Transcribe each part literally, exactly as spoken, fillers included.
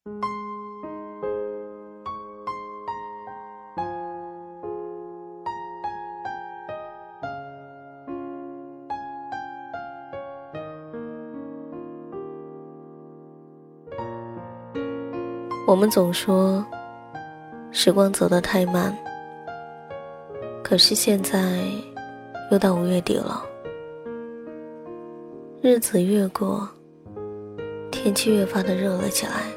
我们总说时光走得太慢，可是现在又到五月底了，日子越过，天气越发的热了起来。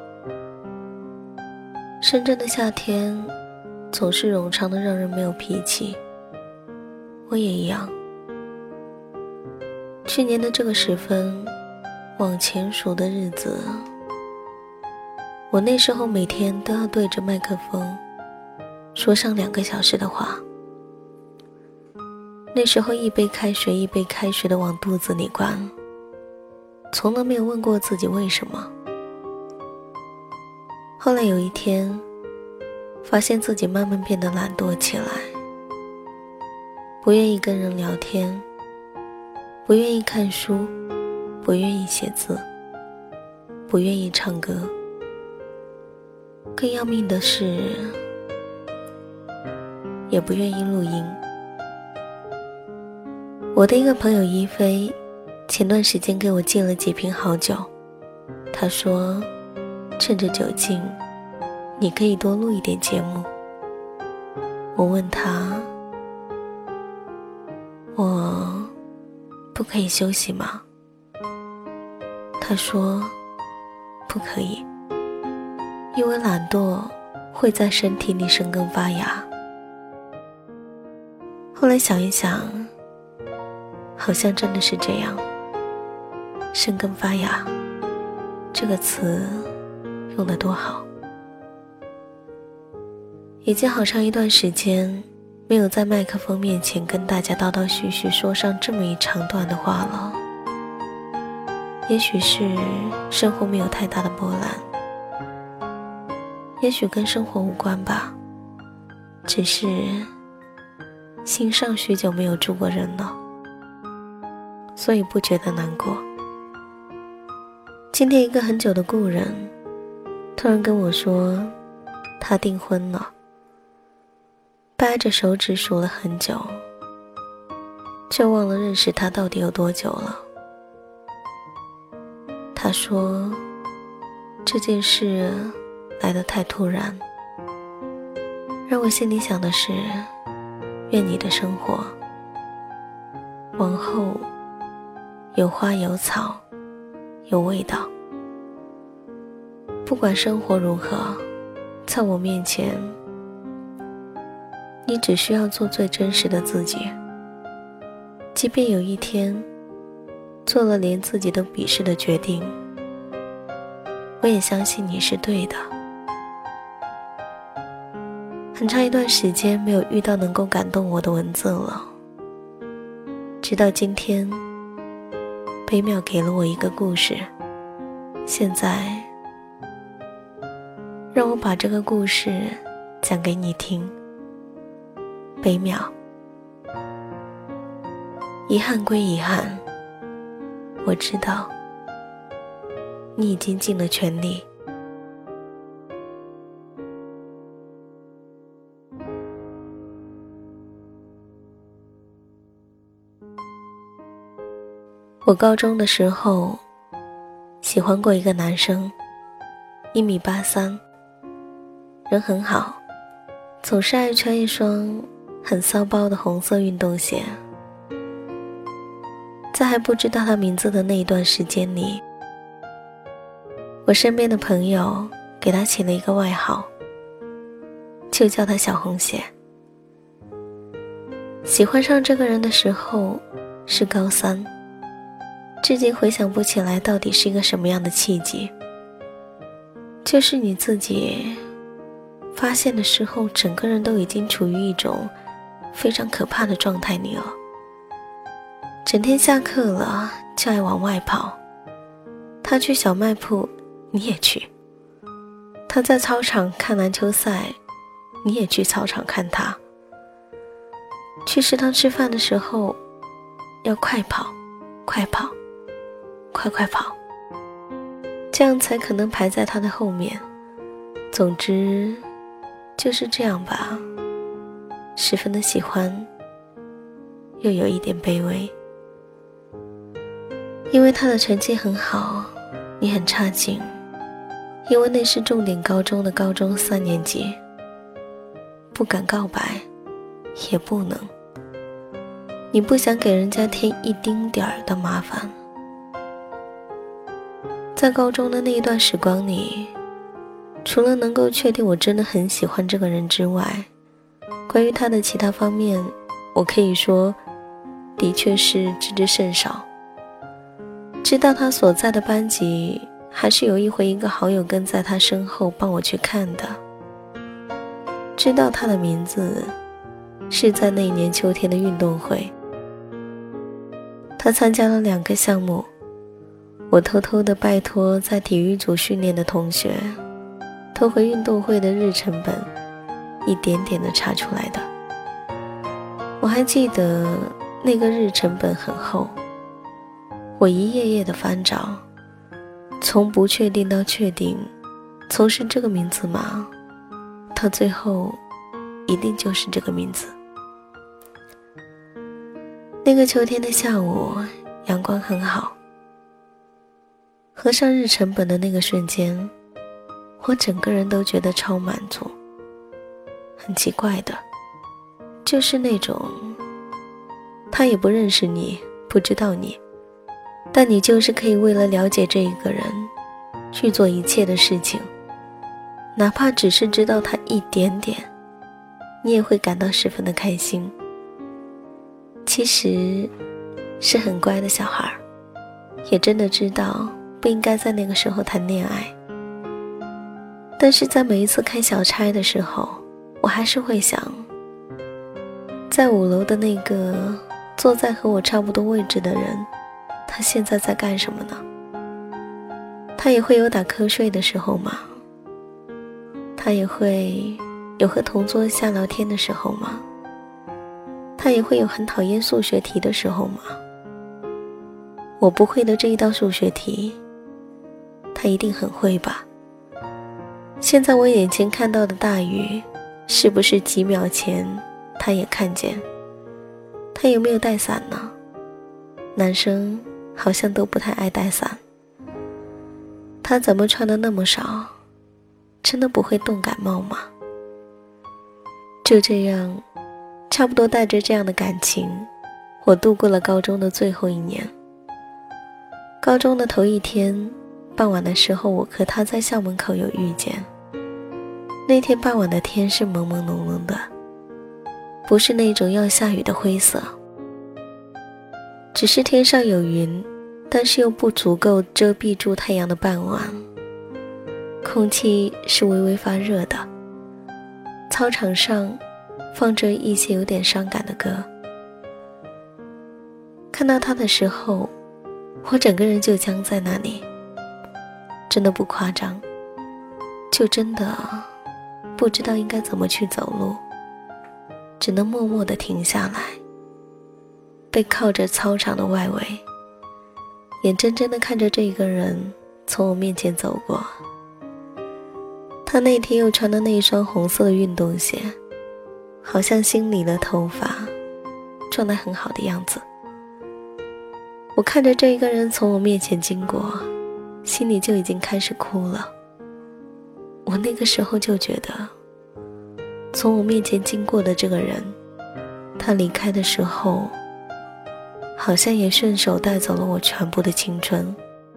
深圳的夏天总是冗长的让人没有脾气，我也一样。去年的这个时分，往前数的日子，我那时候每天都要对着麦克风说上两个小时的话。那时候一杯开水一杯开水的往肚子里灌，从来没有问过自己为什么。后来有一天，发现自己慢慢变得懒惰起来，不愿意跟人聊天，不愿意看书，不愿意写字，不愿意唱歌。更要命的是，也不愿意录音。我的一个朋友一菲前段时间给我寄了几瓶好酒，他说趁着酒劲你可以多录一点节目。我问他，我不可以休息吗？他说不可以，因为懒惰会在身体里生根发芽。后来想一想，好像真的是这样。生根发芽这个词用得多好。已经好长一段时间没有在麦克风面前跟大家叨叨絮絮说上这么一长段的话了。也许是生活没有太大的波澜，也许跟生活无关吧，只是心上许久没有住过人了，所以不觉得难过。今天一个很久的故人突然跟我说他订婚了，掰着手指数了很久，却忘了认识他到底有多久了。他说这件事来得太突然，让我心里想的是，愿你的生活往后有花有草有味道。不管生活如何，在我面前你只需要做最真实的自己。即便有一天做了连自己都鄙视的决定，我也相信你是对的。很长一段时间没有遇到能够感动我的文字了，直到今天北淼给了我一个故事，现在让我把这个故事讲给你听。北淼，遗憾归遗憾，我知道你已经尽了全力。我高中的时候喜欢过一个男生，一米八三，人很好，总是爱穿一双很骚包的红色运动鞋。在还不知道他名字的那一段时间里，我身边的朋友给他起了一个外号，就叫他小红鞋。喜欢上这个人的时候是高三，至今回想不起来到底是一个什么样的契机，就是你自己发现的时候，整个人都已经处于一种非常可怕的状态里了。整天下课了就爱往外跑，他去小卖铺你也去，他在操场看篮球赛你也去操场看他，去食堂吃饭的时候要快跑快跑快快跑， 这样才可能排在他的后面。总之就是这样吧，十分的喜欢，又有一点卑微。因为他的成绩很好，你很差劲，因为那是重点高中的高中三年级，不敢告白，也不能。你不想给人家添一丁点儿的麻烦。在高中的那一段时光里，除了能够确定我真的很喜欢这个人之外，关于他的其他方面，我可以说的确是知之甚少。知道他所在的班级，还是有一回一个好友跟在他身后帮我去看的。知道他的名字，是在那一年秋天的运动会。他参加了两个项目，我偷偷地拜托在体育组训练的同学偷回运动会的日程本，一点点地查出来的。我还记得那个日程本很厚，我一页页地翻找，从不确定到确定，从是这个名字吗？到最后一定就是这个名字。那个秋天的下午，阳光很好。合上日程本的那个瞬间，我整个人都觉得超满足。很奇怪的，就是那种他也不认识你，不知道你，但你就是可以为了了解这一个人去做一切的事情，哪怕只是知道他一点点，你也会感到十分的开心。其实是很乖的小孩，也真的知道不应该在那个时候谈恋爱。但是在每一次开小差的时候，我还是会想，在五楼的那个坐在和我差不多位置的人，他现在在干什么呢？他也会有打瞌睡的时候吗？他也会有和同桌瞎聊天的时候吗？他也会有很讨厌数学题的时候吗？我不会的这一道数学题，他一定很会吧？现在我眼前看到的大雨，是不是几秒前他也看见？他有没有带伞呢？男生好像都不太爱带伞。他怎么穿的那么少？真的不会冻感冒吗？就这样，差不多带着这样的感情，我度过了高中的最后一年。高中的头一天，傍晚的时候，我和他在校门口有遇见。那天傍晚的天是朦朦胧胧的，不是那种要下雨的灰色，只是天上有云，但是又不足够遮蔽住太阳的傍晚。空气是微微发热的，操场上放着一些有点伤感的歌。看到他的时候，我整个人就僵在那里，真的不夸张，就真的不知道应该怎么去走路，只能默默地停下来，背靠着操场的外围，眼睁睁地看着这个人从我面前走过。他那天又穿的那一双红色的运动鞋，好像新理了头发，状态很好的样子。我看着这一个人从我面前经过，心里就已经开始哭了。我那个时候就觉得，从我面前经过的这个人，他离开的时候，好像也顺手带走了我全部的青春。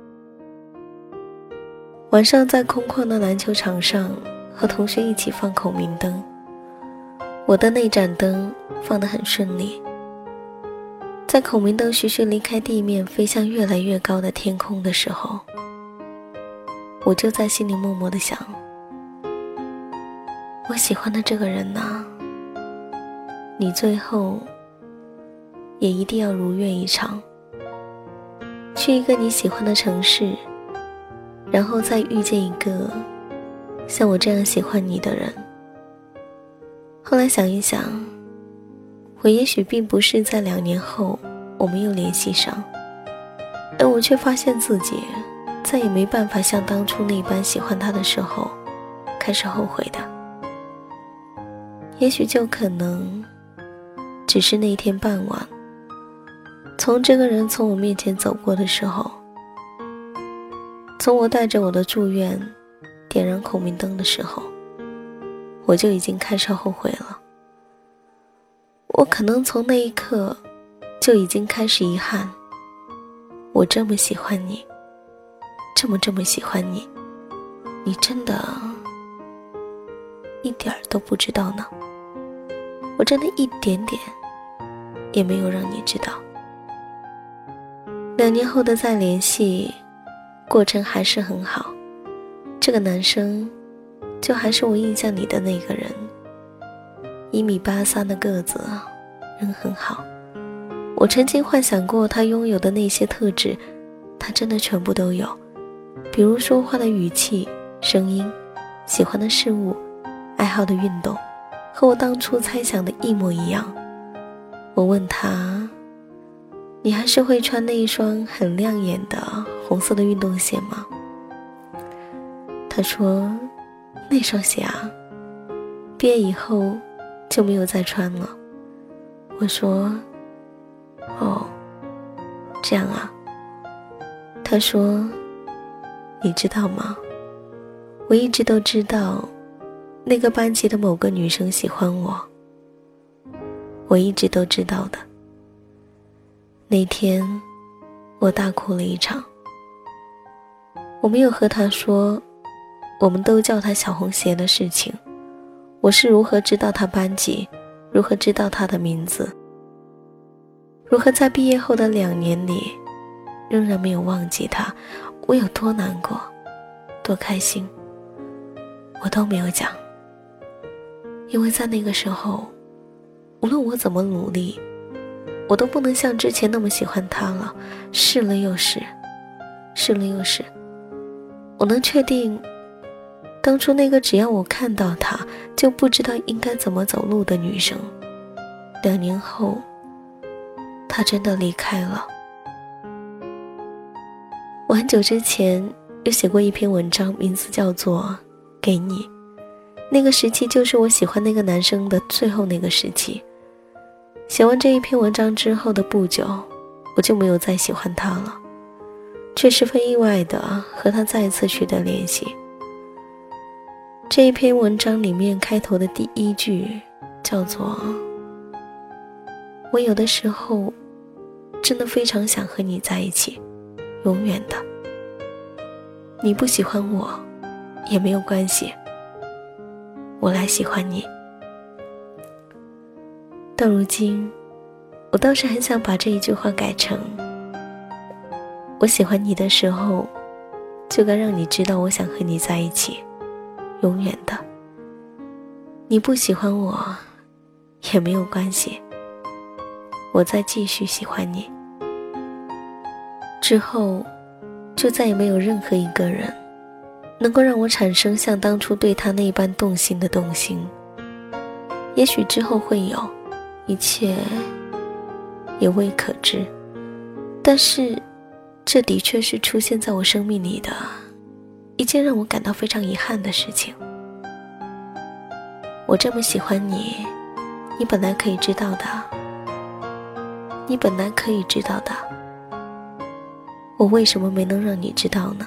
晚上在空旷的篮球场上，和同学一起放孔明灯，我的那盏灯放得很顺利。在孔明灯徐徐离开地面，飞向越来越高的天空的时候，我就在心里默默地想，我喜欢的这个人呢，你最后也一定要如愿以偿，去一个你喜欢的城市，然后再遇见一个像我这样喜欢你的人。后来想一想，我也许并不是在两年后我们又联系上，而我却发现自己再也没办法像当初那般喜欢他的时候开始后悔的。也许就可能只是那天傍晚，从这个人从我面前走过的时候，从我带着我的祝愿点燃孔明灯的时候，我就已经开始后悔了。我可能从那一刻就已经开始遗憾，我这么喜欢你，这么这么喜欢你，你真的一点儿都不知道呢。我真的一点点也没有让你知道。两年后的再联系，过程还是很好，这个男生就还是我印象里的那个人，一米八三的个子，人很好。我曾经幻想过他拥有的那些特质，他真的全部都有，比如说话的语气、声音、喜欢的事物、爱好的运动，和我当初猜想的一模一样。我问他，你还是会穿那一双很亮眼的红色的运动鞋吗？他说，那双鞋啊，毕业以后就没有再穿了。我说，哦，这样啊。他说，你知道吗？我一直都知道那个班级的某个女生喜欢我，我一直都知道的。那天我大哭了一场。我没有和他说我们都叫她小红鞋的事情，我是如何知道她班级，如何知道她的名字，如何在毕业后的两年里仍然没有忘记她，我有多难过多开心，我都没有讲。因为在那个时候，无论我怎么努力，我都不能像之前那么喜欢他了，试了又试，试了又试。我能确定，当初那个只要我看到她就不知道应该怎么走路的女生，两年后她真的离开了。我很久之前有写过一篇文章，名字叫做《给你》。那个时期就是我喜欢那个男生的最后那个时期。写完这一篇文章之后的不久，我就没有再喜欢他了，却十分意外的和他再一次取得联系。这一篇文章里面开头的第一句叫做，我有的时候真的非常想和你在一起，永远的。你不喜欢我也没有关系，我来喜欢你。到如今，我倒是很想把这一句话改成，我喜欢你的时候，就该让你知道我想和你在一起，永远的。你不喜欢我也没有关系，我再继续喜欢你。之后就再也没有任何一个人能够让我产生像当初对他那般动心的动心。也许之后会有，一切也未可知，但是这的确是出现在我生命里的一件让我感到非常遗憾的事情。我这么喜欢你，你本来可以知道的，你本来可以知道的，我为什么没能让你知道呢？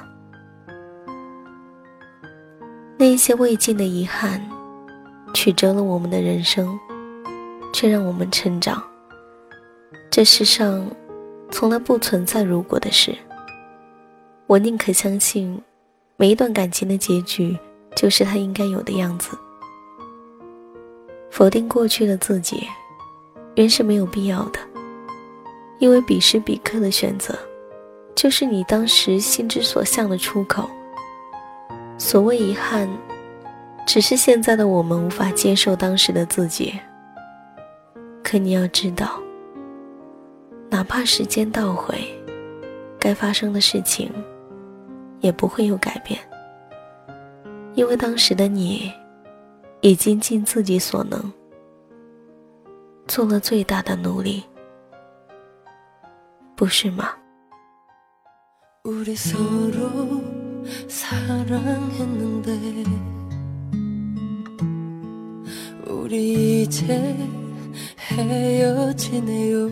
那一些未尽的遗憾曲折了我们的人生，却让我们成长。这世上从来不存在如果的事，我宁可相信每一段感情的结局就是它应该有的样子。否定过去的自己原是没有必要的，因为彼时彼刻的选择就是你当时心之所向的出口。所谓遗憾，只是现在的我们无法接受当时的自己。可你要知道，哪怕时间倒回，该发生的事情也不会有改变，因为当时的你已经尽自己所能，做了最大的努力，不是吗？ 우리 서로 사랑했는데 우리 이제 헤어지네요.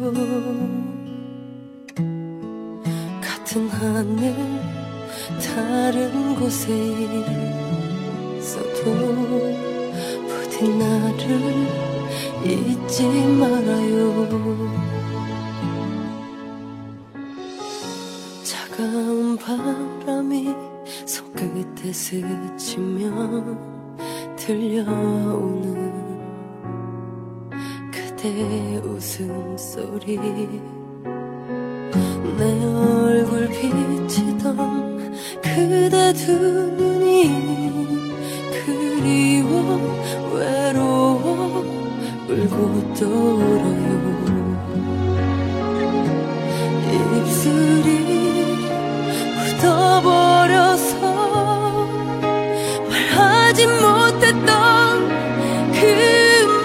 같은 하늘 다른 곳에 있어도 부디 나를 잊지 말아요. 차가운 바람이 손끝에 스치며 들려오는 그대 웃음소리, 내 얼굴 비치던 그대 두 눈이 그리워 외로워 울고 떠올아요. 입술이 굳어버려서 말하지 못했던 그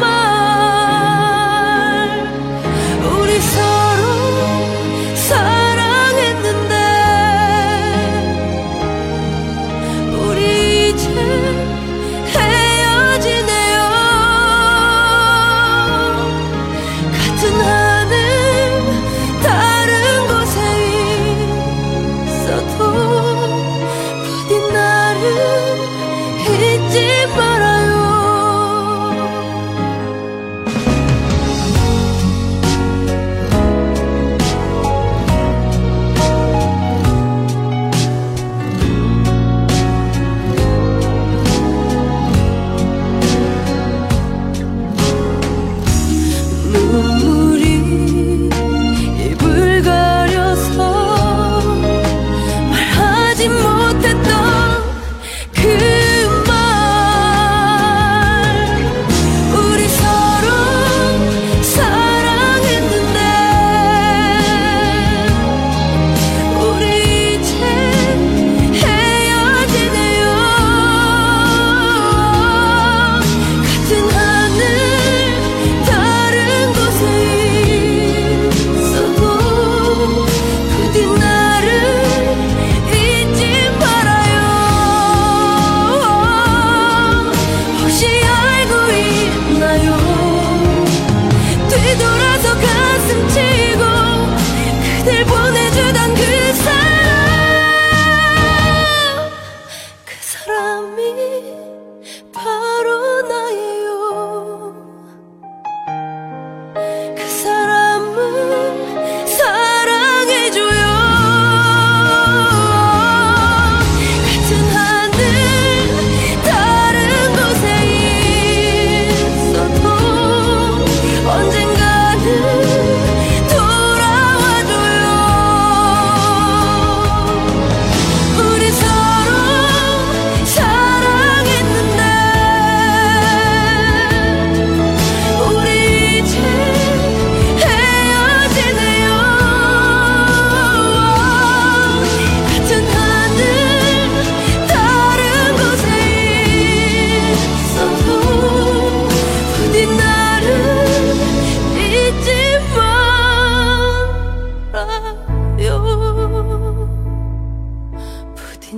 부디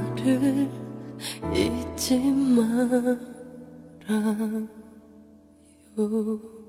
나를 잊지 말아요.